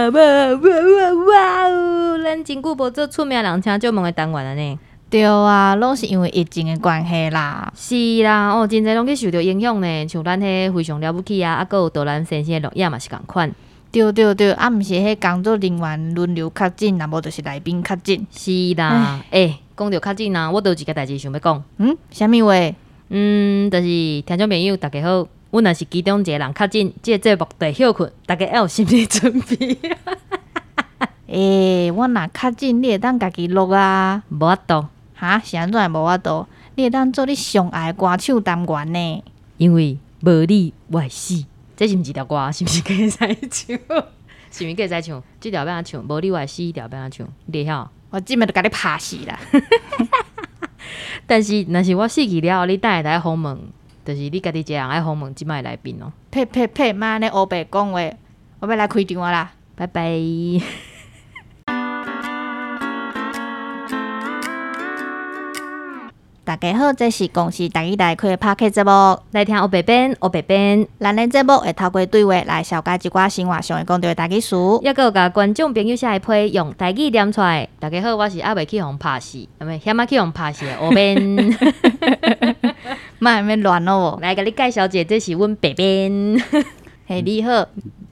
哇！咱真久无做出名人请借问的单元了呢。 对啊，拢是因为疫情的关系啦。 是啦，哦，真侪拢去受到影响呢，像咱迄非常了不起啊，啊，还有导览先生的录影嘛是共款。 对，啊，毋是迄工作人员轮流确诊，若无就是来宾确诊。 是啦，讲到确诊啊，我都有一个代志想要讲。 啥物话？ 就是听众朋友大家好，阮若是其中一个人确诊，这个节目就会休困，大家要有心理准备。 我若确诊，你会当家己录啊？ 无法度。 哈？是安怎会无法度？你会当做你上爱的歌手单元呢？ 因为无你我会死，这是毋是一条歌？是毋是可以使唱？是毋是可以使唱？这条要安唱？无你我会死，条要安唱？你会晓？ 我即摆就甲你拍死啦！ 但是，若是我死去了，你等下来访问，就是你家己一个人爱访问即摆来宾哦。 呸！莫安尼黑白讲话，我要来开场啊啦！ 拜拜。 大家好，这是公司台语台开的 Podcast 节目， 来听黑白边。 咱的节目会透过对话来了解一寡生活上会讲到的台语词， 也佮甲观众朋友写批用台语念出来。大家好，我是还袂去互拍死，险去互拍死的黑边。 莫安尼乱哦！ 来，甲你介绍者，这是阮白边。 嘿，你好，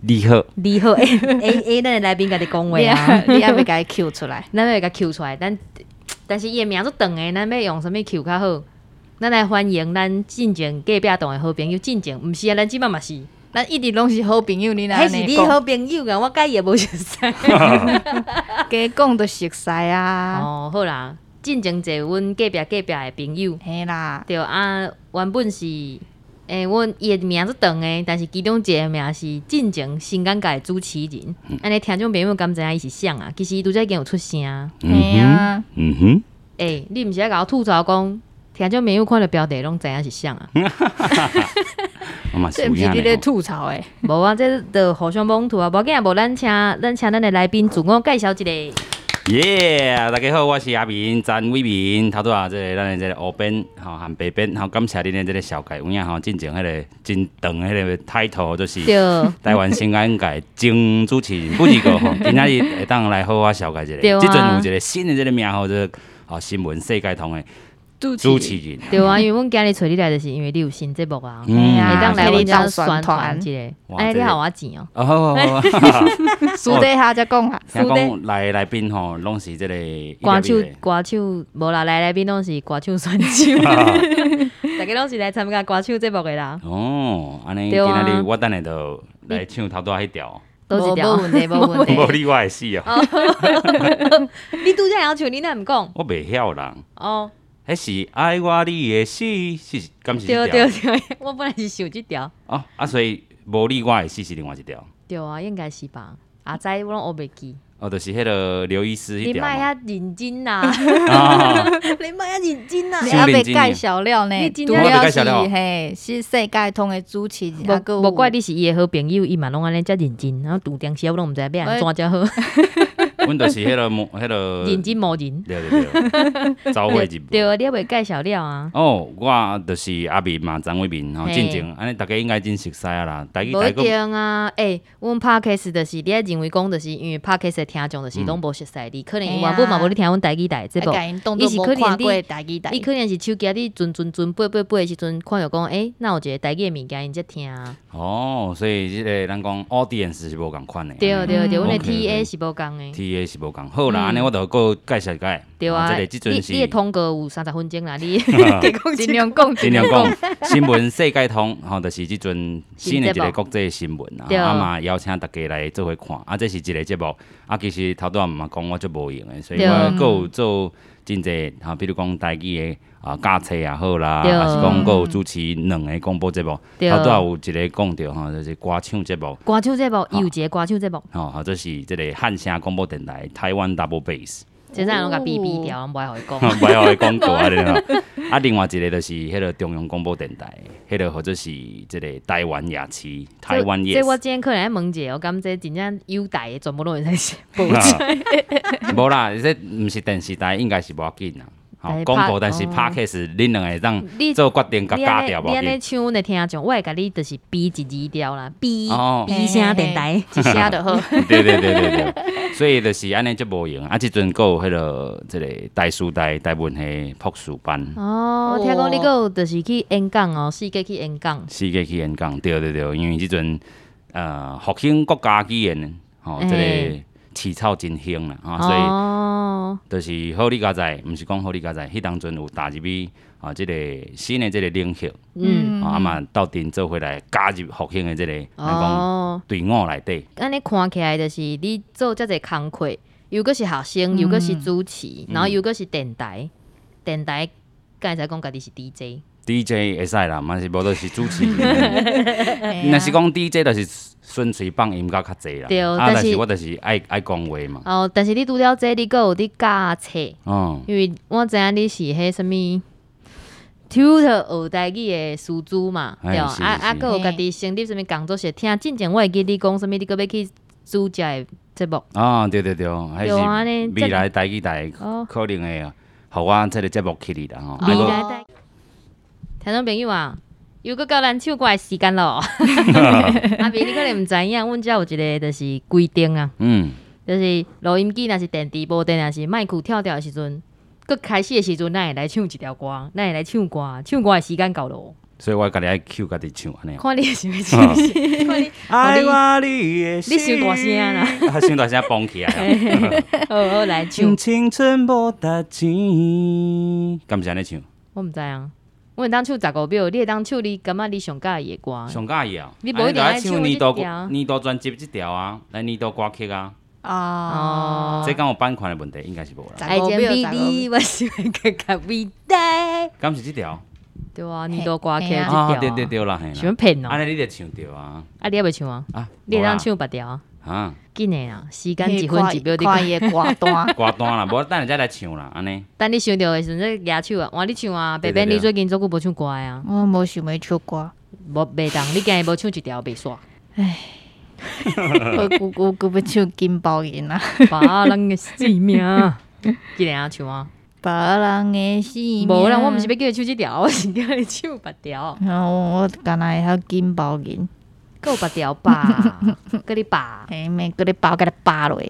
咱的来宾甲你讲话啊， 你还袂甲伊 Q 出来， 咱要甲 Q 出来，但是伊的名足长的，咱要用什么 Q 较好？咱来欢迎咱进前隔壁栋的好朋友进前，毋是啊，咱即摆嘛是， 咱一直拢是好朋友，你哪迄是你好朋友啊，我甲伊也无熟悉。 加讲都熟悉啊。 哦，好啦，进前坐阮隔壁的朋友， 嘿啦， 对啊，原本是阮伊的名足长的，但是其中一个名是进前新尴尬的主持人。安尼听众朋友敢知影伊是谁啊？其实伊拄则已经有出声。 嘿啊， 你毋是爱甲我吐槽讲，听众朋友看到标题拢知影是谁啊？ 这毋是你咧吐槽诶？ 无啊，这就互相妄吐啊！无紧啊，无咱请咱的来宾自我介绍一下。 大家好，我是阿明詹伟明，头拄啊，咱的这个黑边和白边，感谢恁的这个小介有影进前迄个真长迄个 title 就是台湾新闻界前主持人，不是个今仔日会当来好好小介一下，即阵有一个新的这个名号，就是新闻世界通的主持人。 对啊，因为阮今日找你来，就是因为你有新节目啊，会当来阮遮宣传一下。你互我钱哦。 好， 私底下再讲下。 听讲来宾拢是这个歌手，无啦，来宾拢是歌手选手，大家拢是来参加歌手节目的啦。 哦，安尼今仔日我等下就来唱头拄迄条。 无问题。 无你我会死哦。 你拄则会晓唱，你哪毋讲？ 我袂晓人。 哦。 迄是爱我你会死，是敢是一条？ 对，我本来是想即条。 哦，所以无你我会死是另外一条。 对啊，应该是吧？阿仔我拢学袂记。 就是迄个刘医师迄条嘛。 你莫遐认真啦！你莫遐认真啦！ 你还袂介绍了呢？ 主要是嘿，是世界通的主持人。 无怪你是伊的好朋友，伊嘛拢安尼遮认真，然后拄定时我拢毋知要安怎才好。 阮就是迄个认真无人。 对，走会入。 对，你还袂介绍了啊？ 哦，我就是阿明嘛，张伟明进前，安尼大家应该真熟悉啊啦。 无一定啊，阮 Podcast 就是你爱认为讲，就是因为 Podcast 的听众就是拢无熟悉你，可能原本嘛无你听阮台语台节目， 伊是可能伊可能是手机你转背的时阵，看到讲，那有一个台语的物件，因才听。 哦，所以即个咱讲 audience 是无共款的。 对，阮的 TA 是无共的。 TA 是无共，好啦，安尼我就搁介绍一下。 对啊， 这阵是你的通告有30分钟啦，你尽量讲。 新闻世界通，就是即阵新的一个国际新闻啊，嘛邀请大家来做伙看。这是一个节目，其实头拄仔嘛讲我足无用的，所以我搁有做真济比如讲台语的教册也好啦，还是讲搁有主持2个广播节目。头拄仔有一个讲到就是歌唱节目。 歌唱节目，有一个歌唱节目。 或者是这个汉声广播电台台湾 Double Bass。 这阵拢甲哔哔掉，唔爱互伊讲。 唔爱互伊讲过啊！另外一个就是迄个中央广播电台，迄个或者是这个台湾夜市，台湾夜市。 这我今天可能要问一下，我感觉真正优台的全部拢会使播出。 无啦，这毋是电视台，应该是无要紧啦。 广播，但是 podcast 恁两个当做决定，甲加掉无。 你安尼唱阮的听众，我会甲你就是比一字调啦，比声电台一声就好。 对，所以就是安尼就无用。即阵还有迄个即个台师大台文系博士班。 听讲你有就是去演讲哦，世界去演讲。 世界去演讲，对，因为即阵复兴国家语言，即个起草真兴啦，所以就是好你家在，毋是讲好你家在，迄当阵有踏入去即个新的即个领域，嘛到阵做回来加入复兴的即个，咱讲队伍内底。 安尼看起来就是你做遮侪工课，又搁是学生，又搁是主持，然后又搁是电台，刚才讲家己是 DJ 会使啦，嘛是无就是主持。若是讲 DJ 就是纯粹放音乐较济啦。 对， 但是我就是爱讲话嘛。 但是你拄了这，你搁有伫教册。因为我知影你是迄什物 tutor 学台语的师资嘛，对。搁有家己成立什物工作室，听进前我会记你讲什物，你搁要去主持的节目。 对，迄是未来台语台可能会互我这个节目起哩啦。 未来台。听众朋友啊，又搁到咱唱歌的时间咯。阿明，你可能毋知影，阮遮有一个就是规定啊。就是录音机若是电池无电，若是麦克跳掉的时阵，搁开始的时阵，咱会来唱一条歌，咱会来唱歌，唱歌的时间到咯。 所以我家己爱 Q 家己唱安尼。 看你想要唱啥？看你爱我你的心， 你伤大声啦！ 伤大声蹦起来。 好来唱。 青春无值钱，敢是安尼唱？ 我毋知啊。我会当唱15秒，你会当唱你感觉你上喜欢的歌。 上喜欢啊！ 你无一定爱唱年度专辑这条啊，来年度歌曲啊。这敢有版权的问题，应该是无啦。 爱情比你，我想更加伟大。 敢是这条？ 对啊，年度歌曲这条。 对啦，嘿。 想骗哦。 安尼你就唱着啊？ 你还袂唱啊？你会当唱别条啊？紧的啦，时间1分1秒，你看伊的歌单， 歌单啦，无等下再来唱啦，安尼。 等你想到的时阵再举手啊！换你唱啊，白白，你最近做久无唱歌的啊？ 我无想要唱歌， 袂当，你今日无唱一条袂煞。 唉，我要唱金包银啊！ 把人的性命，几个人唱啊？ 把人的性命。 无啦，我毋是要叫你唱这条，我是叫你唱别条。 我敢若会晓金包银。 够别条吧，搁你拔， 免搁你包，甲你拔落。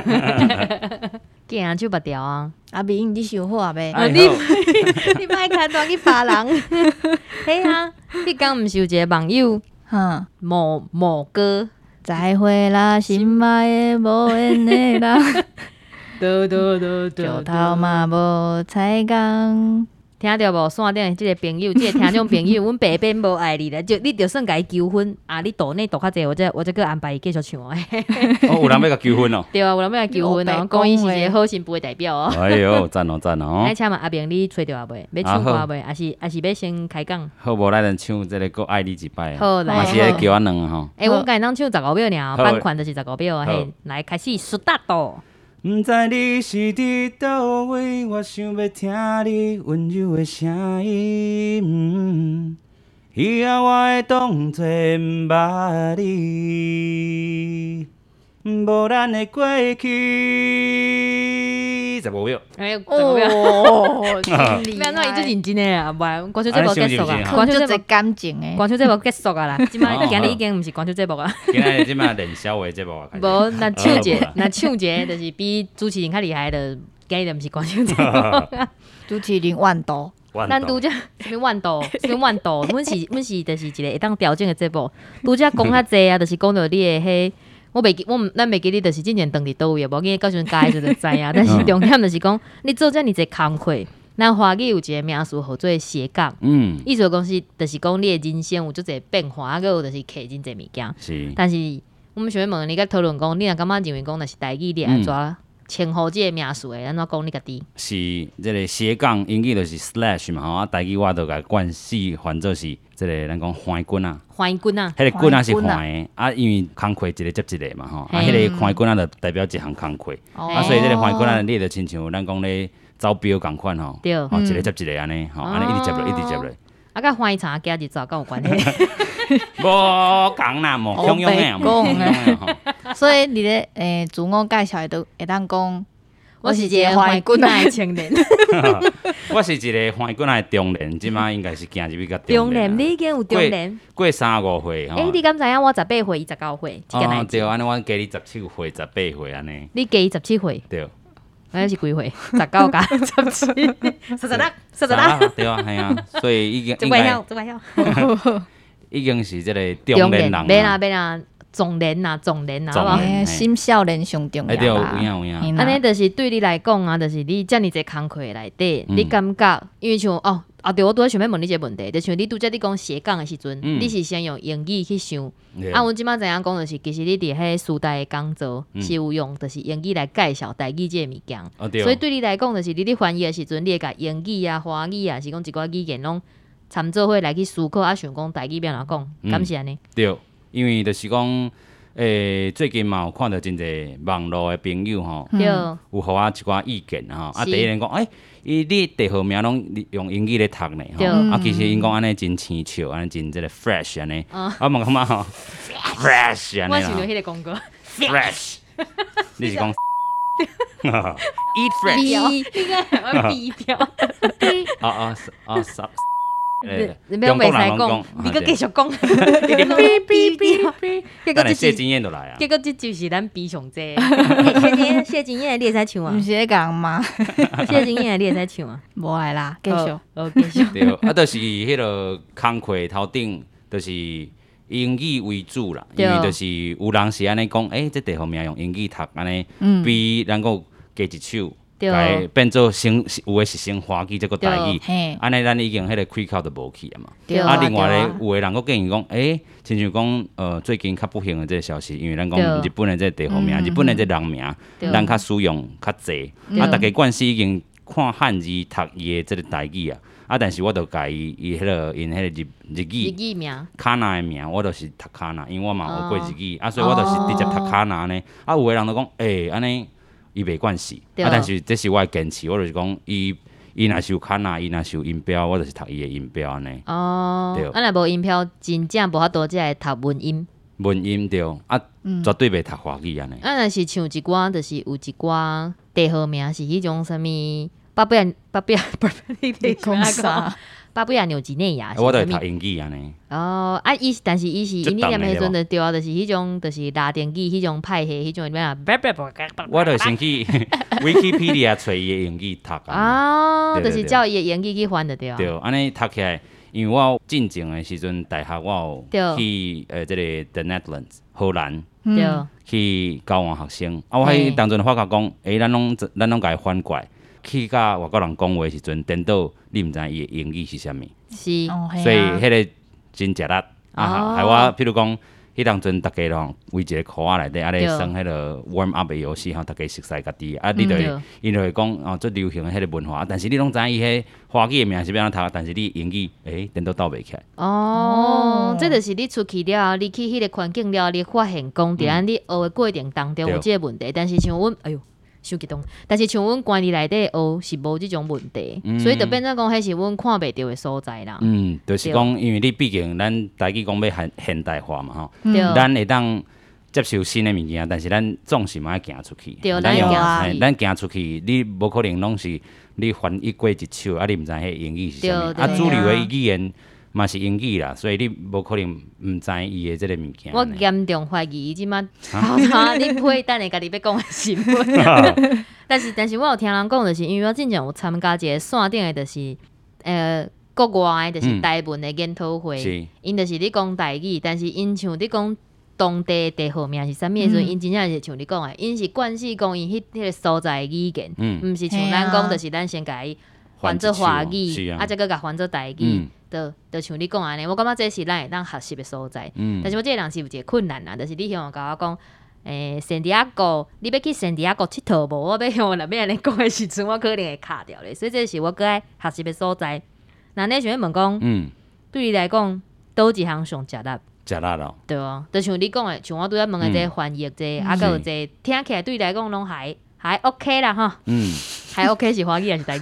竟然唱别条啊！ 阿明，你想好啊袂？ 你莫看断去拔人。嘿啊，迄天毋是有一个网友，某哥， 再会啦，心爱的无缘的人，石头嘛无彩工。 听到无？线顶的即个朋友，即个听众朋友，阮白边无爱你咧，就你就算甲伊求婚啊！你岛内岛较济，我再搁安排伊继续唱哦。 有人要甲求婚哦？ 对啊，有人要甲求婚哦，讲伊是一个好心腹的代表哦。 哎呦，赞哦赞哦！ 哎，请问阿明，你找着啊未？要唱歌未？还是要先开讲？ 好，无咱唱这个《搁爱你一摆》。 好来， 是咧叫我两吼。 阮家当唱15秒尔，版权就是15秒啊。嘿，来开始，start。 毋知你是伫倒位，我想要听你温柔的声音。以后我会当作毋捌你，无咱的过去。15秒。 哎呦，15秒。咩？那伊最认真的啊，无歌手节目结束啊， 歌手节目感情的， 歌手节目结束啊啦。即摆今日已经毋是歌手节目啊。 今日即摆练小话节目啊。 无，那唱一个，就是比主持人较厉害的，今日就毋是歌手节目。 主持人万度。 咱拄则什么万度，阮是就是一个会当调整的节目。拄则讲较济啊，就是讲到你的迄。咱袂记你就是之前当伫倒位，无记到时阵加就知影。但是重点就是讲，你做遮尔济工课，咱华语有一个名词叫做斜杠。意思讲是，就是讲你的人生有足侪变化，还有就是摕真侪物件。 是。 但是我们想要问你，甲讨论讲，你若感觉认为讲，若是台语，你安怎称呼即个名词的？安怎讲你家己？是即个斜杠，英语就是 slash 嘛吼，台语我都甲惯系换做是即个咱讲环棍啊。环棍啊，迄个棍啊是环的因为工课一个接一个嘛吼，迄个环棍啊就代表一项工课，所以即个环棍啊，你就亲像咱讲咧招标共款吼，一个接一个安尼吼，安尼一直接落，一直接落。甲欢茶加一早，敢有关系？无讲啦，无相用的， 所以你咧自我介绍都会当讲我是一个怀骨仔的青年。 我是一个怀骨仔的中年，即马应该是行入去较中年，你已经有中年， 过35岁吼。 你敢知影我18岁，伊19岁， 对，安尼我加你17岁、18岁安尼。 你加伊17岁， 对。 我是几岁？19加17，36， 对啊，系啊，所以已经这怪晓，这怪晓， 已经是这个中年人。 别啦，中年啦，好不好？ 心少年上重要啦。 对，有影。 安尼就是对你来讲啊，就是你遮尔济工课内底，你感觉，因为像对，我拄仔想要问你一个问题，就像你拄则你讲斜杠的时阵，你是先用英语去想，阮即马知影讲就是，其实你伫迄师大的讲座是有用，就是英语来介绍台语这个物件，所以对你来讲，就是你咧翻译的时阵，你会甲英语啊、华语啊，是讲一寡语言拢参做伙来去思考啊，想讲台语要安怎讲，敢是安尼？ 对，因为就是讲。最近嘛有看到真侪网络的朋友吼，有互我一寡意见吼。第一人讲，你地号名拢用英语咧读呢吼。其实因讲安尼真青笑，安尼真这个 fresh 安尼。我问感觉吼 ，fresh 安尼啦。 我想到迄个广告 ，fresh。你是讲 eat fresh？ 你我逼掉。你不要袂使讲，你搁继续讲， 结果谢金燕就来啊！ 结果这就是咱比上济。谢金燕，你会使唱啊？ 毋是咧讲吗？ 谢金燕，你会使唱啊？ 无爱啦，继续。 继续。 对，就是迄个工课头顶，就是英语为主啦，因为就是有人是安尼讲，这地方名用英语读安尼，比咱个加一手。来变做有诶是先华语，这个台语，安尼咱已经迄个开口就无去啊嘛。另外咧，有诶人佫建议讲，亲像讲，最近较不幸诶这个消息，因为咱讲日本诶这个地方名，日本诶这人名，咱较使用较济，大家惯势已经看汉字读伊诶这个台语啊。但是我著甲伊迄个因迄个日语名， 卡纳诶名，我著是读卡纳，因为我嘛学过日语，所以我著是直接读卡纳呢。有诶人就讲，安尼。伊袂惯势，但是这是我的坚持，我就是讲，伊若是有卡纳，伊若是有音标，我就是读伊的音标安尼。对， 若无音标，真正无法度才会读文音。 文音对，绝对袂读华语安尼。 若是唱一寡，就是有一寡地号名是迄种啥物，巴布亚，你讲啥？巴布亚纽几内亚， 我都会读英语安尼。 但是伊是因念迄阵就对啊，就是迄种，就是拉丁语迄种派系，迄种咩啊？ 我就先去 Wikipedia 找伊的英语读就是照伊的英语去翻就对啊。 对，安尼读起来，因为我进前的时阵，大学我有去这个 The Netherlands 荷兰，去交换学生。我喺当阵发觉讲，咱拢甲伊翻过来。去甲外国人讲话时阵，颠倒你毋知伊的英语是啥物， 是， 所以迄个真食力害我，譬如讲，迄当阵大家拢为一个课仔内底，咧耍迄个 warm up 的游戏，大家熟悉家己，你就会，因就会讲，最流行的迄个文化，但是你拢知影伊迄华语的名是要安怎读，但是你英语，颠倒斗袂起来。 这就是你出去了，你去迄个环境了，你发现讲，伫咱你学的过程当中有即个问题，但是像阮，伤激动，但是像阮关系内底学是无即种问题，所以就变成讲，迄是阮看袂到的所在啦。 就是讲，因为你毕竟咱台语讲要现代化嘛吼，咱会当接受新的物件，但是咱总是嘛要行出去。咱行出去，你无可能拢是你翻译过一手，你毋知迄英语是啥物，主流的语言。嘛是英语啦，所以你无可能毋知伊的即个物件。 我严重怀疑伊即马你配等下家己要讲的新闻。但是我有听人讲，就是因为我之前有参加一个线顶的，就是国外的，就是台文的研讨会，因就是你讲台语，但是因像你讲当地地号名是啥物的时阵，因真正是像你讲的，因是惯势讲因迄个所在的语言，毋是像咱讲，就是咱先甲伊翻做华语，再搁甲翻做台语。就像你讲安尼，我感觉这是咱会当学习的所在。但是我这个人是有一个困难啦，就是你希望甲我讲，圣地亚哥，你要去圣地亚哥佚佗无？我要向我那边安尼讲的时阵，我可能会卡掉咧。所以这是我搁爱学习的所在。那你想要问讲，对你来讲，倒一项上食力？ 食力咯。 对啊，就像你讲的，像我拄仔问的这翻译这，搁有这听起来对你来讲拢还 OK 啦哈。还 OK 是华语还是台语啊？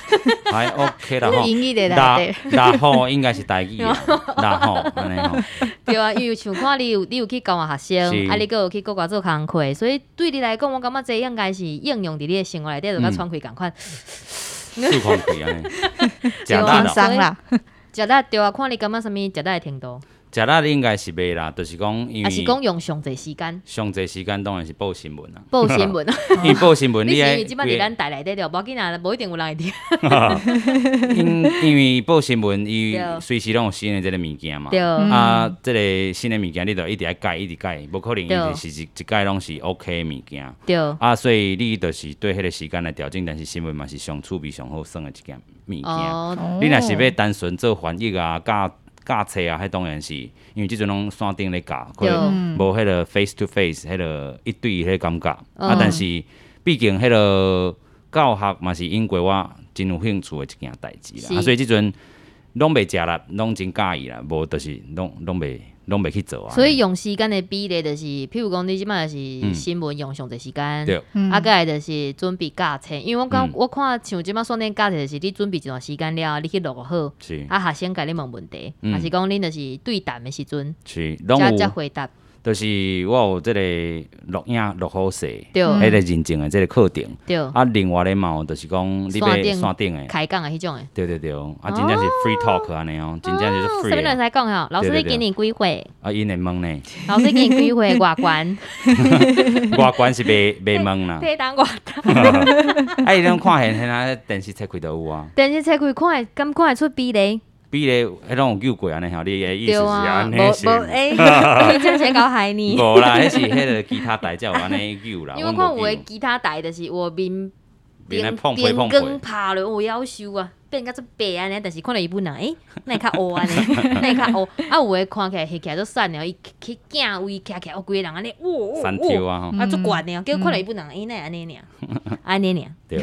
还 OK 啦吼。 英语的内底。 然后应该是台语啦，然后安尼吼。 对啊，因为像看你有去教学生，啊，你搁有去国外做工课，所以对你来讲，我感觉这应该是应用伫你的生活内底，就甲喘气共款。 舒缓气安尼。食力啦， 食力对啊，看你感觉啥物食力的程度。 食力应该是袂啦，就是讲因为。 还是讲用上济时间。 上济时间当然是报新闻啦。 报新闻。 因为报新闻， 你是因为即摆伫咱台内底着，无要紧啊，无一定有人会听。 因为报新闻，伊随时拢有新的这个物件嘛。 对。 啊，这个新的物件你着一直爱改，一直改，无可能一直是一改拢是 OK 的物件。 对。 啊，所以你就是对迄个时间来调整，但是新闻嘛是上趣味上好耍的一件物件。哦。你若是要单纯做翻译啊，教册啊，迄当然是因为即阵拢线顶咧教，可能无迄个 face to face， 迄个一对迄个感觉。啊，但是毕竟迄个教学嘛是因过我真有兴趣的一件代志啦。啊，所以即阵拢袂食力，拢真介意啦，无就是拢袂去做啊。 所以用时间的比例就是，譬如讲你即摆就是新闻用上侪时间， 对， 啊，再来就是准备教册，因为我看像即摆线顶教册就是你准备一段时间了，你去录好，啊，学生甲你问问题，还是讲恁就是对谈的时阵，才回答。 就是我有即个录影录好势， 迄个认证的即个课程。 对。 啊，另外咧嘛，就是讲你要线顶的开讲的迄种的。 对。啊，真正是 free talk 安尼哦，真正就是 free。 什么人才讲吼？老师你今年几岁？ 啊，因会问呢。 老师今年几岁？外观？ 外观是袂问啦。 体重外重。啊，伊拢看现啊，电视册开都有啊。 电视册开敢看会出比例？ 比咧，迄种有救过安尼吼，你的意思是安尼是？ 你真是搞害你。 无啦，迄是迄个吉他台才有安尼救啦。 因为看有的吉他台就是我面电光拍落，有夭寿啊，变甲做白安尼，但是看到伊本人，那会较乌安尼，那会较乌。啊，有的看起来翕起来做瘦了，伊去镜位徛起来，规个人安尼， 三条啊， 啊做悬呢，结果看到伊本人，那安尼尔，安尼尔。 对。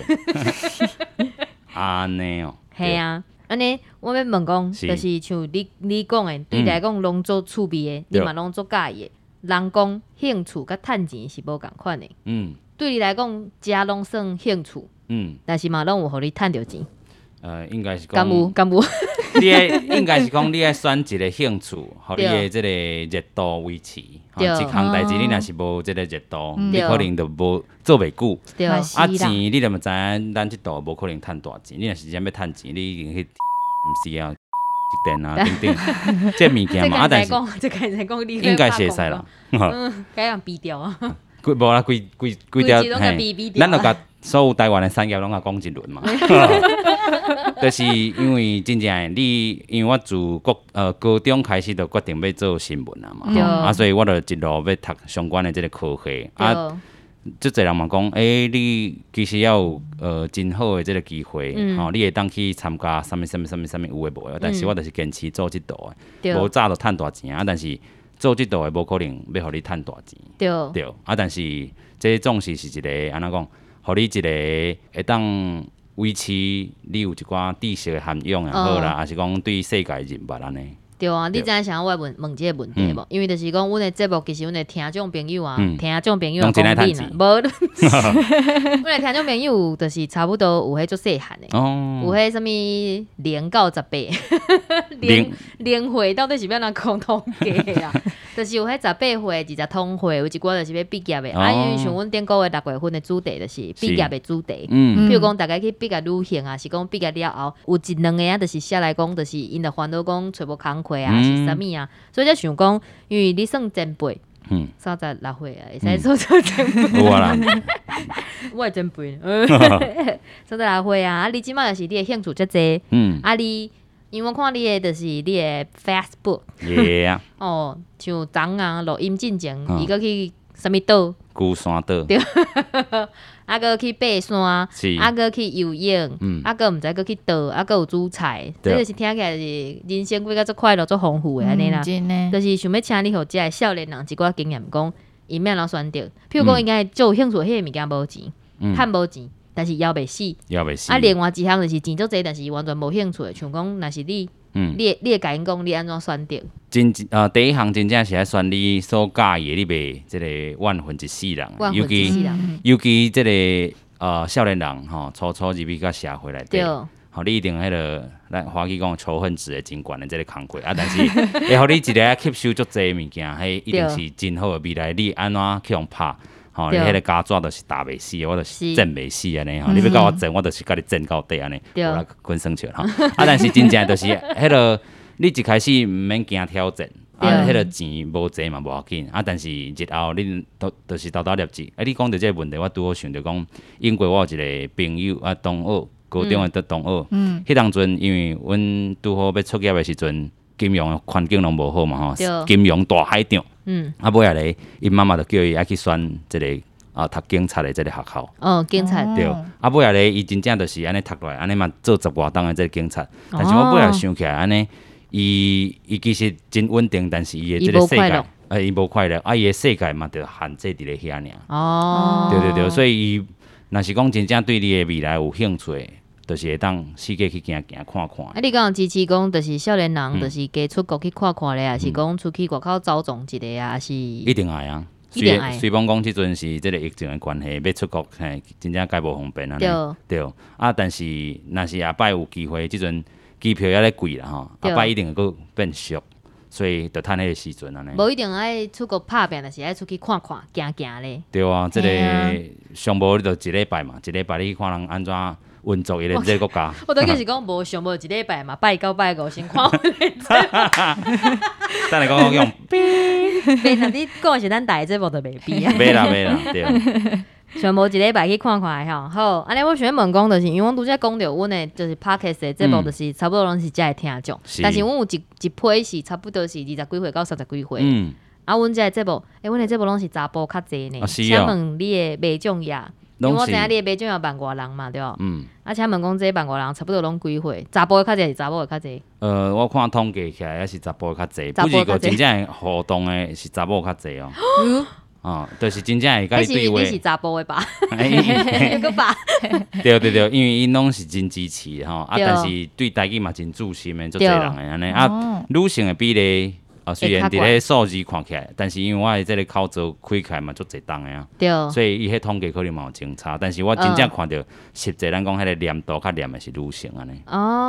安尼哦。 系啊。安尼，我要问讲，就是像你讲的，对你来讲拢做趣味的，你嘛拢做介意的。人讲兴趣甲趁钱是无共款的。对你来讲，食拢算兴趣。但是嘛，拢有互你趁着钱。 应该是讲。 敢有？ 你应该是讲，你爱选一个兴趣，互你的即个热度维持。一项代志，你若是无即个热度，你可能就无做袂久。啊，钱你就嘛知影，咱即度无可能趁大钱。你若是真要趁钱，你一定去。毋是啊，一电啊，等等，这物件嘛，啊，但是应该是会使啦， 该人逼掉啊， 无啦，规条，咱就甲所有台湾的产业拢甲讲一轮嘛，就是因为真正你，因为我自高中开始就决定要做新闻啊嘛，啊，所以我就一路要读相关的这个科系啊。即侪人嘛讲，你其实要有真好的即个机会，你会当去参加什么有诶无诶，但是我就是坚持做即道诶，无早就趁大钱啊，但是做即道诶无可能要互你趁大钱，对，啊，但是这总是一个安怎讲，互你一个会当维持你有一寡知识诶涵养也好啦，还是讲对世界认捌安尼。 对啊，你知影想我问一个问题无？因为就是讲，阮的节目其实阮的听众朋友啊，听众朋友讲恁啊，无，阮的听众朋友就是差不多有迄做细汉的，有迄什物0到18，年岁到底是要哪讲统计啊？就是有迄18岁、20通岁，有一寡就是要毕业的。啊，因为像阮顶个月6月份的主题就是毕业的主题。譬如讲，大家去毕业旅行啊，是讲毕业了后，有一两个啊，就是写来讲，就是因着烦恼讲找无工课啊，是啥物啊？所以才想讲，因为你算前辈，36岁啊，会使做前辈。 有啊啦， 我系前辈，36岁啊，啊，你即摆就是你的兴趣遮济，啊你。因为我看你的就是你的 Facebook， 哦，像昨啊录音进前，伊搁去什么岛？ 孤山岛。 对，啊搁去爬山，啊搁去游泳，啊搁毋知搁去倒，啊搁有煮菜，这就是听起来是人生过甲足快乐、足丰富的安尼啦。就是想要请你互遮少年人一寡经验，讲因要怎选择。譬如讲，应该做有兴趣迄个物件无钱，趁无钱。但是腰袂死，啊！另外一项就是钱足济，但是完全无兴趣的，像讲，若是你，你会甲因讲，你安怎选择？ 第一项真正是爱选你所介意的，你袂即个万分之四人，尤其即个少年人吼，初入去到社会内底， 你一定迄个咱华语讲仇恨值会真悬的这个工课啊，但是会互你一个吸收足侪物件，迄一定是真好的未来你安怎去用拍。你迄个加纸就是打袂死，我就是震袂死安尼吼。你要甲我震，我就是甲你震到底安尼，无来滚生笑吼。但是真正就是迄个，你一开始毋免惊挑战，迄个钱无济嘛无要紧。但是日后你就是偷偷捏钱。你讲到这个问题，我拄好想着讲，因为我有一个朋友同学，高中的同学，迄当阵因为阮拄好要出业的时阵，金融的环境拢无好嘛吼，金融大海涨。尾下咧，因妈妈就叫伊爱去选一个读警察的这个学校。 警察对。尾下咧，伊真正就是安尼读落来，安尼嘛做10外档的这个警察。但是我尾下想起来，安尼伊其实真稳定，但是伊的这个世界，伊无快乐，伊的世界嘛就限制伫咧遐尔。对，所以伊若是讲真正对你的未来有兴趣。就是会当世界去行看看。 你讲支持讲，就是少年人，就是加出国去看看咧，还是讲出去外口走撞一个啊？还是一定爱啊！虽讲讲即阵是即个疫情的关系，要出国真正介无方便啊。对。但是若是下摆有机会，即阵机票也咧贵啦吼，下摆一定会佫变俗，所以就趁迄个时阵安尼。 无一定爱出国拍拼，但是爱出去看看、行咧。 对啊，即个上无你就一礼拜嘛，一礼拜你看人安怎。运作伊个这个国家， 我当就是讲无上无一礼拜嘛，拜9拜5先看。 等下讲用， 别那你讲是咱台这部就袂比啊。 袂啦，对。 上无一礼拜去看看吼，好，安尼我想问讲，就是因为阮拄则讲着阮的就是 podcast 的节目，就是差不多拢是遮的听众，但是阮有一批是差不多是20几岁到30几岁。阮遮的节目，阮的节目拢是查甫较济呢。请问你的买种呀？因为我知影你的买种要万外人嘛，对吧？请问讲这万外人差不多拢几岁？查甫的较济，是查某的较济？ 我看统计起来也是查甫的较济，不是个真正互动的是查某较济哦。就是真正会甲你对话。你是查甫的吧？个吧？ 对，因为因拢是真支持吼，但是对台语嘛真注心的，足侪人的安尼女性的比例。虽然伫咧数字看起来，但是因为我的这个口罩开起来嘛，足侪重的啊，所以伊迄统计可能嘛有真差。但是我真正看到实际咱讲迄个黏度较黏的是女性安尼。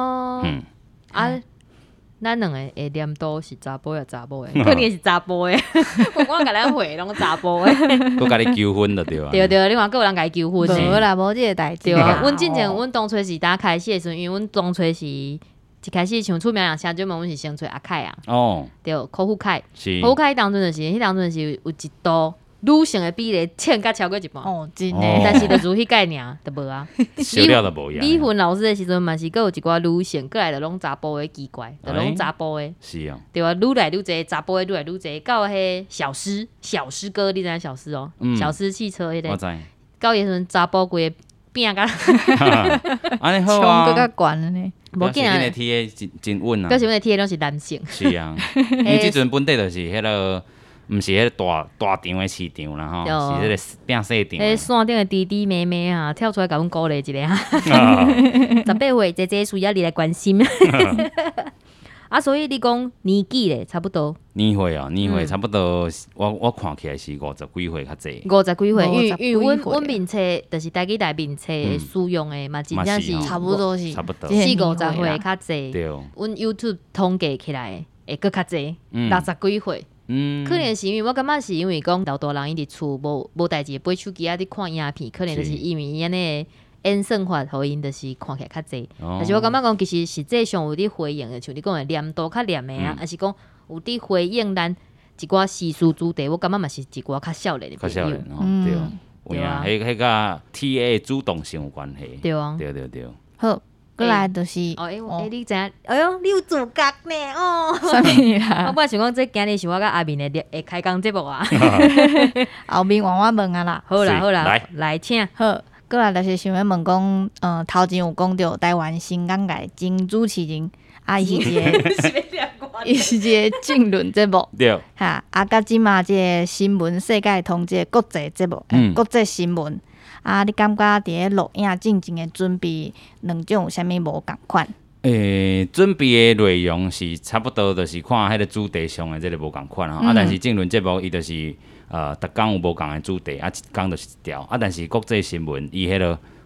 咱两个的黏度是查甫也查甫的，可能是查甫的。我甲咱回拢查甫的。 佮甲你求婚就对啊。 对，你看，佮有人甲伊求婚。 无啦，无即个代志。 对啊，阮之前阮当初是打开始的时阵，因为阮当初是。一开始像出名人声，就问阮是先找阿凯啊，对，柯富凯，柯富凯迄当阵就是有一度女性的比例超过一半， 真诶， 但是就是迄概念就无啊， 少了就无呀。 李云老师的时阵嘛是，佮有一寡女性，过来就拢查甫的奇怪，就拢查甫的， 是啊， 对啊，愈来愈侪查甫的，愈来愈侪，到迄小诗歌，你知影小诗哦，小诗汽车迄个， 我知， 到迄时阵查甫规个变甲， 安尼好啊， 冲更较悬了呢。 无紧啊，表示阮的 TA 真稳啊。 表示阮的 TA 拢是男性。 是啊，因为即阵本地就是迄个，毋是迄个大场的市场啦吼，是迄个变小场。 迄山顶的弟弟妹妹啊，跳出来甲阮鼓励一下哈。18岁姐姐需要你来关心。所以你讲年纪咧，差不多。 年岁差不多，我看起来是50几岁较济。 50几岁，因为阮面册就是台语台面册使用的嘛，真正是差不多是 40、50岁较济。 对， 阮 YouTube 统计起来会佫较济，60几岁。可能是因为我感觉是因为讲老大人伊伫厝无代志，背手机伫看影片，可能就是因为伊安尼。演算法互因就是看起来较济，但是我感觉讲其实实际上有伫回应的，像你讲的黏度较黏的啊，还是讲有伫回应咱一寡时事主题，我感觉嘛是一寡较少年的朋友。 对啊，迄甲 TA 主动性有关系。 对啊， 对。 好，过来就是你知影？哎呦，你有自觉呢哦。 啥物啦？ 我本来想讲，这今日是我甲阿明的开工节目啊。 后面换我问啊啦。 好啦，来请。 好。过来就是想要问讲，头前有讲到台湾新港界金主持人，伊是一个政论节目， 对， 甲即嘛即个新闻世界通即个国际节目，国际新闻，你感觉伫咧录影进前的准备两种有啥物无共款？ 准备的内容是差不多，就是看迄个主题上的即个无共款吼，但是政论节目伊就是。逐工有无共的主题，一工就是一条。但是国际新闻伊迄个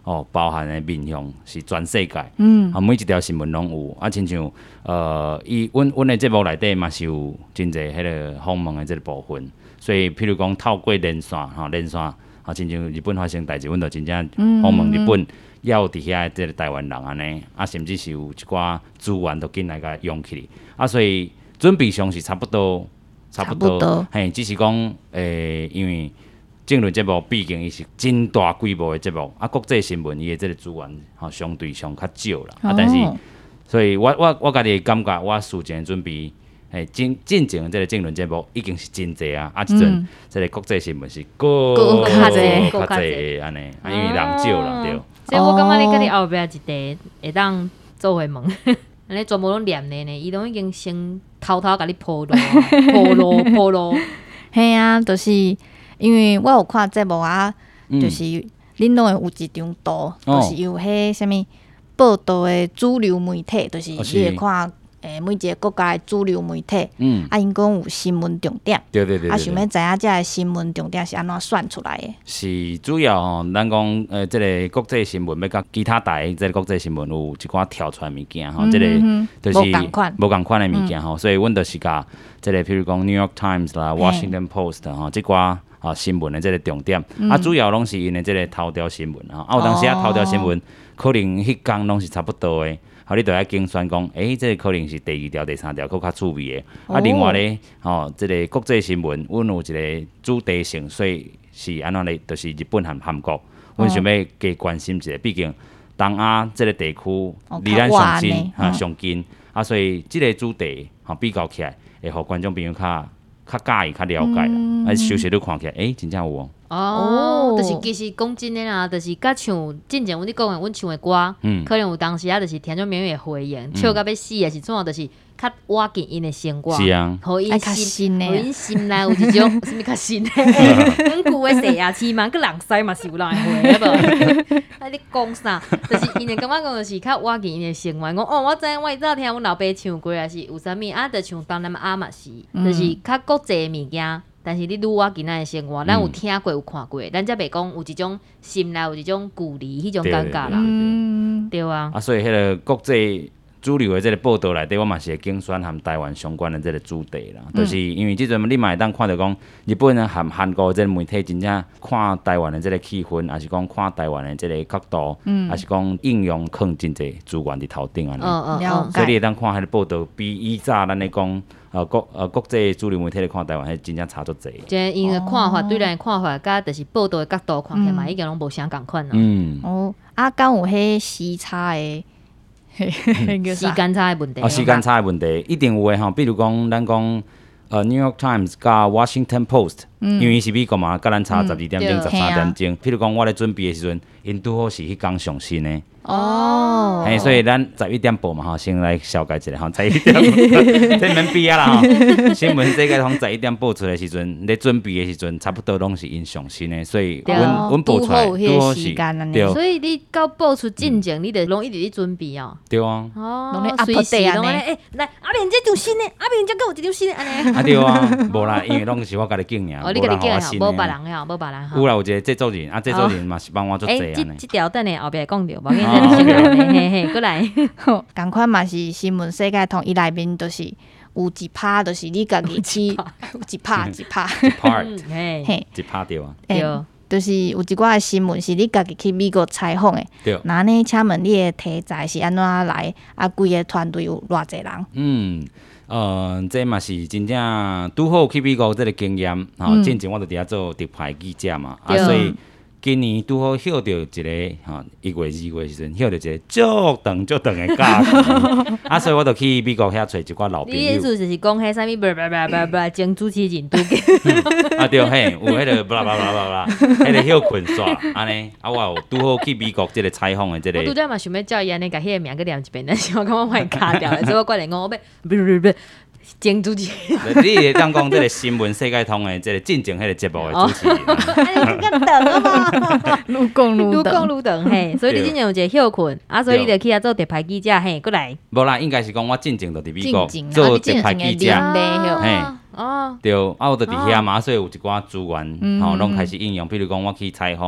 包含的面向是全世界，每一条新闻拢有。亲像阮的节目内底嘛是有真侪迄个访问的这个部分，所以譬如讲透过连线，亲像日本发生代志，阮就真正访问日本。也有伫遐即个台湾人安尼，甚至是有一寡资源都紧来甲用起哩，所以准备上是差不多，嘿，只是讲因为政论节目毕竟伊是真大规模的节目，国际新闻伊的即个资源相对上较少啦，但是，所以我家己感觉我事前准备。进前的这个政论节目已经是真济啊！即阵这个国际新闻是更较济安尼，因为人少啦，对。 所以我感觉你甲你后壁一题会当做伙问，安尼全部拢念的呢，伊拢已经先偷偷甲你铺路。 嘿啊，就是因为我有看节目啊，就是恁拢会有一张图，就是有迄啥物报道的主流媒体，就是你会看。每一个国家的主流媒体，因讲有新闻重点， 对， 想要知影这个新闻重点是安怎选出来的？ 是主要咱讲这个国际新闻要甲其他台这个国际新闻有一寡跳出来物件这个就是无共款的物件所以阮就是甲这个譬如讲 New York Times 啦、Washington Post 这寡新闻的这个重点，主要拢是因的这个头条新闻有当时头条新闻可能迄天拢是差不多的。你就要精选讲，这个可能是第2条、第3条，佫较趣味的。另外咧，这个国际新闻，阮有一个主题性，所以是安怎咧，就是日本和韩国，阮想要加关心一下，毕竟东亚这个地区离咱上近上近，所以这个主题比较起来，会互观众朋友较介意、较了解啦。收视率看起来，真正有就是其实讲真的啦，就是甲像之前阮咧讲的，阮唱的歌，可能有当时就是听众朋友的回应，笑到要死的是怎啊？就是较挖紧因的生活， 是啊， 互因心内有一种什物较新的，阮旧的细牙齿嘛，佮人屎嘛是有人会回，无？你讲啥？就是因的感觉讲就是较挖紧因的生活，讲我知影我早听阮老爸唱过，也是有啥物就像东南亚嘛是，就是较国际的物件。但是你愈我今仔的生活，咱有听过有看过，咱才袂讲有一种心内有一种距离迄种感觉啦，对啊。 所以迄个国际主流的这个报道内底，我嘛是会精选和台湾相关的这个主题啦。就是因为即阵你嘛会当看到讲，日本和韩国这个媒体真正看台湾的这个气氛，还是讲看台湾的这个角度，还是讲应用放真侪资源伫头顶安尼。所以你会当看迄个报道，比以早咱咧讲。国际主流媒体咧看台湾，迄真正差足济。 即因的看法，对咱的看法，甲就是报道的角度看起来嘛，已经拢无啥共款啦。 敢有迄时差的， 时间差的问题。 时间差的问题一定有诶比如讲，咱讲New York Times 甲 Washington Post，因为是美国嘛，甲咱差12点钟、13点钟。譬如讲，我咧准备的时阵，因拄好是迄天上新的。所以咱11点报嘛先来小解一下11点，这免比啊啦新闻世界从11点报出来的时阵，咧准备的时阵，差不多拢是因上新的，所以阮报出来拄好时间对。所以你到报出进前，你得拢一直咧准备哦。 对啊。 拢咧 update 拢咧来阿明这张新的，阿明这个有一张新的安尼。 对啊，无啦，因为拢是我家己拣尔， 你家己拣好，无别人呀，无别人。 有啦，有一个制作人，制作人嘛是帮我做这安尼。 这条等下后壁讲着，无紧张，嘿，过来。 共款嘛是新闻世界通，伊内面就是有一趴，就是你家己去有一趴， 嘿，一趴对啊。 对，就是有一寡的新闻是你家己去美国采访的。 对。 那呢，请问你的题材是安怎来？规个团队有偌济人？ 这嘛是真正拄好去美国这个经验，之前我就伫遐做特派记者嘛，所以。今年拄好捡到一个1月、2月时阵，捡到一个足长的假期，所以我就去美国遐找一寡老朋友。 你意思就是讲迄啥物前主持人拄对，嘿，有迄个迄个休困煞安尼，我有拄好去美国即个采访的即个。 我拄则嘛想要叫伊安尼，甲迄个名佮念一遍，但是我感觉我会卡掉了，所以我决定讲我要不。前主持人， 你会当讲这个新闻世界通的这个进前迄个节目的主持人， 更长啊嘛，愈讲愈长嘿，所以你之前有一个休困，所以你就去遐做特派记者嘿，过来。 无啦，应该是讲我进前就伫美国做特派记者，嘿，对，我就伫遐嘛，所以有一寡资源，拢开始应用，比如讲我去采访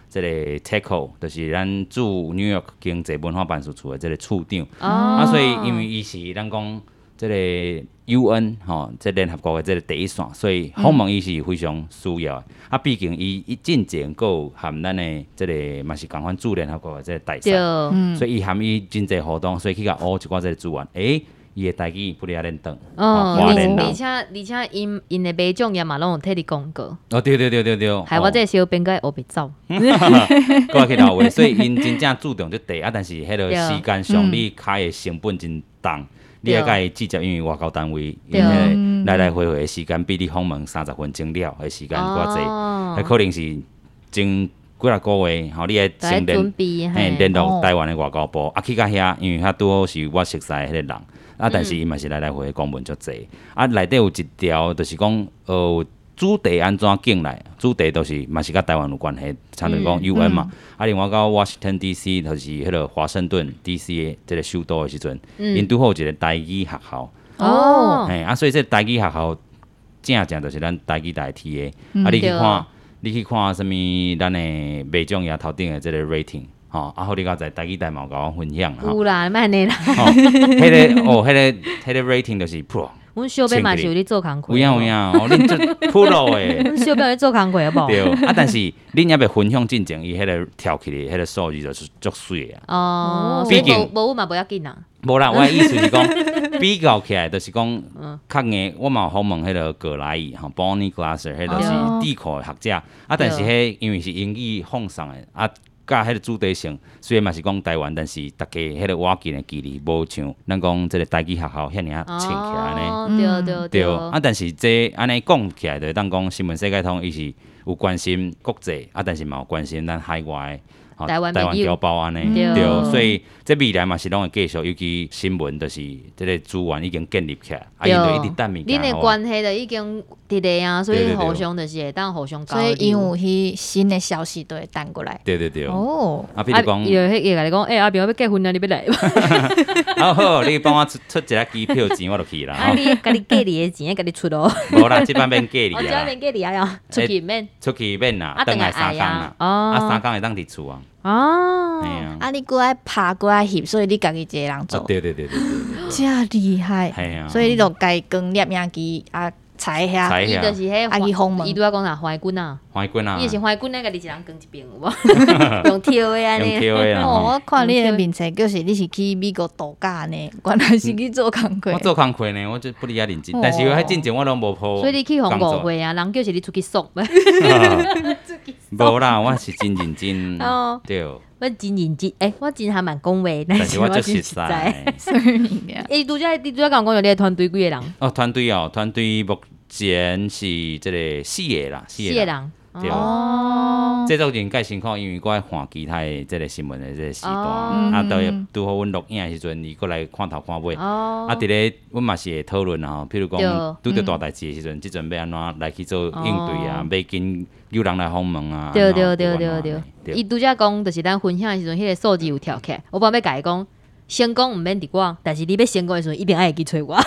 这个 Tackle 就是咱驻 New York 经济文化办事处的这个处长，所以因为伊是咱讲这个 UN 这联合国的这个第一线，所以访问伊是非常需要的。毕竟伊进前佫有含咱的这个嘛是共款驻联合国的这个大使，所以伊含伊真济活动，所以去甲学一寡这个资源，伊的台语不哩练转， 而且因的买奖也嘛拢有替你讲过。 对， 害我这小编个学袂走， 过去老话，所以因真正注重这地但是迄个时间上你开的成本真重。你要甲伊直接因为外交单位，因为来来回回的时间比你访问30分钟了的时间较济，可能是前几啊个月，你要先联络台湾的外交部，去到遐，因为遐拄好是我熟悉迄个人，但是伊嘛是来来回回公文足济，内底有一条就是讲主题安怎进来，主题都是嘛是甲台湾有关系，像就是讲 UN 嘛，另外到 Washington DC 就是迄个华盛顿 DC 的这个首都的时阵，因拄好有一个台语学校，所以这台语学校正就是咱台语台 TA，你去看什么咱的卖奖也头顶的这个 rating。好，你刚才台语台嘛有甲我分享有啦，莫安尼啦。 迄个 rating 就是 Pro。 阮小编嘛是有咧做工课。 有影，恁做 Pro 诶。 阮小编咧做工课好无？ 对，但是恁也袂分享进前，伊迄个跳起来，迄个数字就是足水啊。 毕竟无嘛无要紧啊。 无啦，我的意思是讲，比较起来就是讲，较硬。我嘛有访问迄个葛莱伊，Bonnie Glaser， 迄就是地壳的学者。但是迄因为是英语放送的甲迄个主题性，虽然嘛是讲台湾，但是大家迄个瓦镜的距离无像咱讲即个台语学校遐尔啊亲起安尼。对。 但是这安尼讲起来，就当讲新闻世界通，伊是有关心国际，但是嘛有关心咱海外。台湾侨胞安尼，对，所以这未来嘛是拢会继续，尤其新闻就是这个资源已经建立起来，因就一直等物件。 恁的关系就已经伫咧啊，所以互相就是会当互相交流。 所以因有迄新的消息都会弹过来。 对。 比如讲， 伊会甲你讲，阿平我要结婚了，你要来吗？ 好，你帮我出一个机票钱，我就去啦。 你家己寄你的钱，家己出哦。 无啦，这版免寄你啊。 这版免寄你啊，出去免。 出去免啦，等来3天啦。3天会当伫厝啊。 你过来拍过来翕，所以你家己一个人做。 对。 真厉害。所以你就家跟摄影机踩遐。 伊就是迄去访问。 伊拄仔讲啥怀军啊？伊是怀军，家己一人跟一边有无？用跳的安尼。 我看你的面册，就是你是去美国度假呢，原来是去做工课。 我做工课呢，我就不哩遐认真，但是我喺进前我拢无铺。 所以你去访误会啊，人叫是你出去爽呗。 无啦，我是真认真。对。 我真认真，我真还蛮恭维， 但是我就实在。 你拄则甲我讲有你团队几个人？ 团队目前是即个4个啦，4个人。对。这组人介辛苦，因为我爱看其他的这个新闻的这个时段，拄好阮录影的时阵，伊过来看头看尾。伫咧，阮嘛是会讨论啊，譬如讲拄着大代志的时阵，即阵要安怎来去做应对啊，要紧有人来访问啊。 对。伊拄则讲，就是咱分享的时阵，迄个数字有跳起来。我本要甲伊讲，成功毋免伫我，但是你要成功的时阵，一定爱去找我。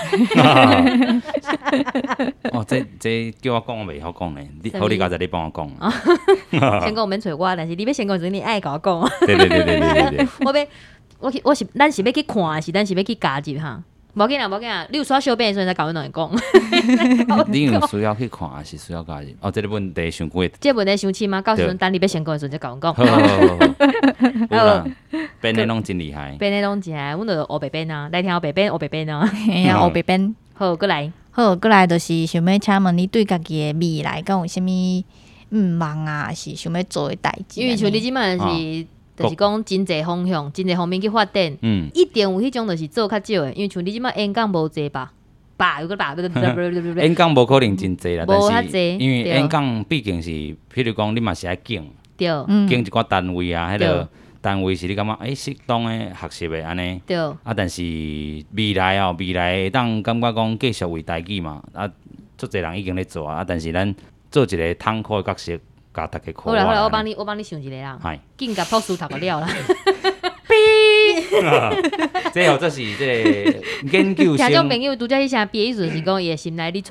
这叫我讲我袂晓讲咧，好你刚才你帮我讲。 成功毋免找我，但是你要成功的时阵，你爱甲我讲。 对。 我是咱是要去看，还是咱是要去加入哈？无紧啊，你有需要小编的时阵才甲阮两个讲。 你有需要去看，还是需要加入？这个问题伤贵。 这问题伤深吗？到时阵等你要成功的时阵才甲阮讲。 好。编的拢真厉害。 编的拢真厉害，阮就学白编啊，来听学白编啊。 学白编。 好，过来， 就是想要请问你对家己的未来，敢有啥物望啊，是想要做的代志？ 因为像你即摆是。就是讲真济方向、真济方面去发展，一定有迄种就是做较少的，因为像你即摆演讲无济吧，有个吧， 演讲无可能真济啦，但是因为演讲毕竟是，譬如讲你嘛是爱经一寡单位啊，迄个单位是你感觉适当的学习的安尼，但是未来会当感觉讲继续为台语嘛，足济人已经咧做但是咱做一个通考的角色。好啦，我帮你想一个啦，紧甲博士读个了啦。 这或者是这个研究生。 听众朋友拄则迄声别意思就是讲，伊的心内你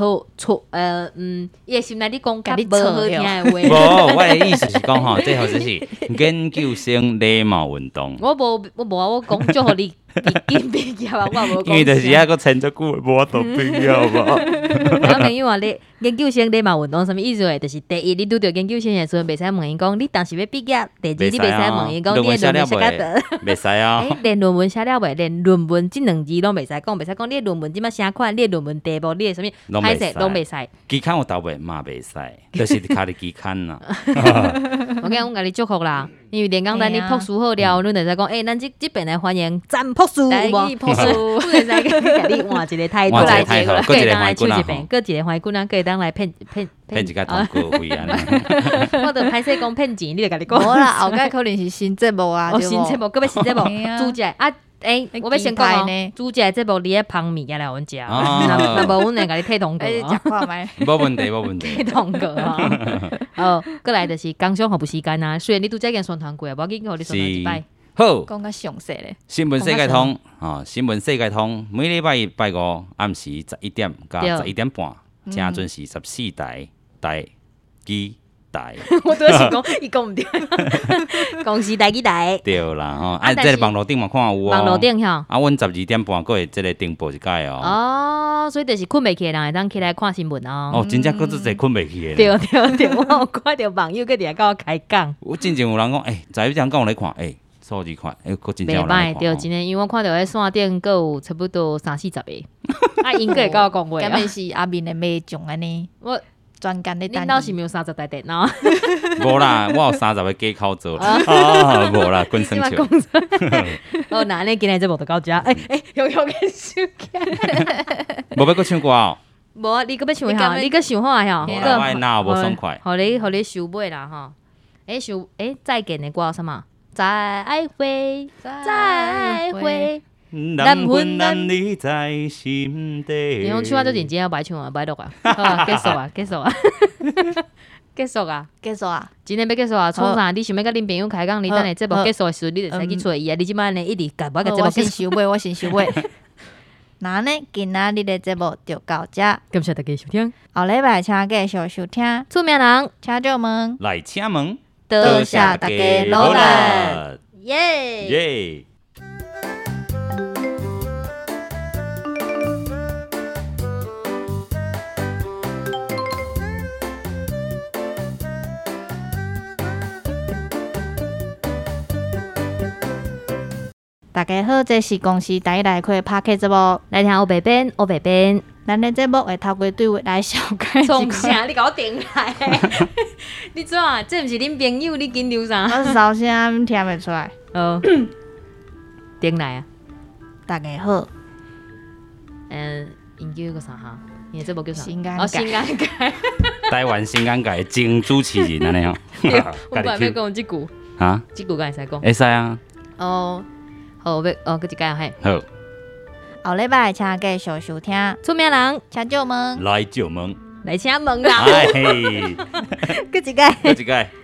伊的心内你讲较无好听的话。 无，我的意思是讲吼，这或者是研究生礼貌运动。 我无啊，我讲祝互你紧毕业啊，我无讲。 因为就是还佫撑足久，无法度毕业无。 小朋友啊，你研究生礼貌运动什么意思诶？就是第一，你拄着研究生的时阵，袂使问伊讲你当时要毕业；第二，你袂使问伊讲你的论文写甲倒。 袂使啊！ 连论文写了袂，连论文即2字拢袂使讲，袂使讲你的论文即摆啥款，你的论文题目，你的什么歹势拢袂使。 期刊有倒袂嘛袂使，就是卡伫期刊啦。 我甲你祝福啦，因为连讲等你博士好了，你就使讲，咱即边来欢迎詹博士，有无？博士，我就使甲你换一个态度来接过来，各当来唱一遍，各一个花鼓，咱各当来骗一个通告费啊！ 我著歹势讲骗钱，你著甲你讲。 无啦，后摆可能是新节目啊， 新节目，搁要新节目，煮起来啊！我要先讲哦，煮起来节目你咧芳面来阮食，那无阮会甲你退通告哦。 无问题，无问题。 退通告哦。过来就是工商服务时间啊，虽然你拄则已经宣传过，无要紧，互你宣传一摆。 好， 讲较详细咧。 新闻世界通新闻世界通，每礼拜一、拜五暗时11点到11点半，正准时14台机台。 我拄是讲，伊讲毋对，公司台机台。 对啦这个网络顶嘛看有哦。 网络顶吼。 阮12点半佫会这个定播一届哦。 哦，所以就是困袂起的人会当起来看新闻哦。 哦，真正佫做侪困袂起的。 对，我有看到网友佫伫遐甲我开讲。 我真正有人讲，昨一天讲有咧看，数字看，佫真正有人咧看。 对，真诶，因为我看到迄线顶佫有差不多30-40个，因佫会甲我讲话。 敢会是阿明的妹种安尼？我专干咧等。 恁兜是毋是有30台电脑？ 无啦，我有30个机口做啦。无啦，滚生笑。 哦，那安尼今日节目就到遮。用个手机。 无要佫唱歌哦。 无啊，你佫要唱啥？你佫想好啊？吼。 我来哪无爽快？ 互你收尾啦吼。再见的歌有啥物？再会，再会。 难分难离在心底。 你讲唱啊，最近真正歹唱啊，歹录啊。好啊，结束啊，结束啊，结束啊， 结束啊！ 今天要结束啊？创啥？你想要甲恁朋友开讲，你等下节目结束的时候，你就使去找伊啊！你即摆呢一直甲我个节目结束。 我先收尾。那呢，今仔日的节目就到这。 感谢大家收听。 后礼拜请继续收听。 出名人， 请上门。 来请门。 多谢大家努力。耶！ 大家好，这是公司第一来开 Podcast 节目， 来听欧白边，欧白边。 咱的节目会透过对话来小解。 从啥？你甲我顶来？你怎啊？这毋是恁朋友，你紧张啥？ 我收声听袂出来。 顶来啊！ 大家好。 因叫个啥哈？你这部叫啥？ 新安改。 新安改。 台湾新安改真主持人安尼哦。 我本来要讲即句。 啊？ 即句敢会使讲？ 会使啊。 哦。好，搁一届嘿。 好。 后礼拜请继续收听。 出名人， 请上门。 来上门。 来请门啦。 哎。 搁一届。 搁一届。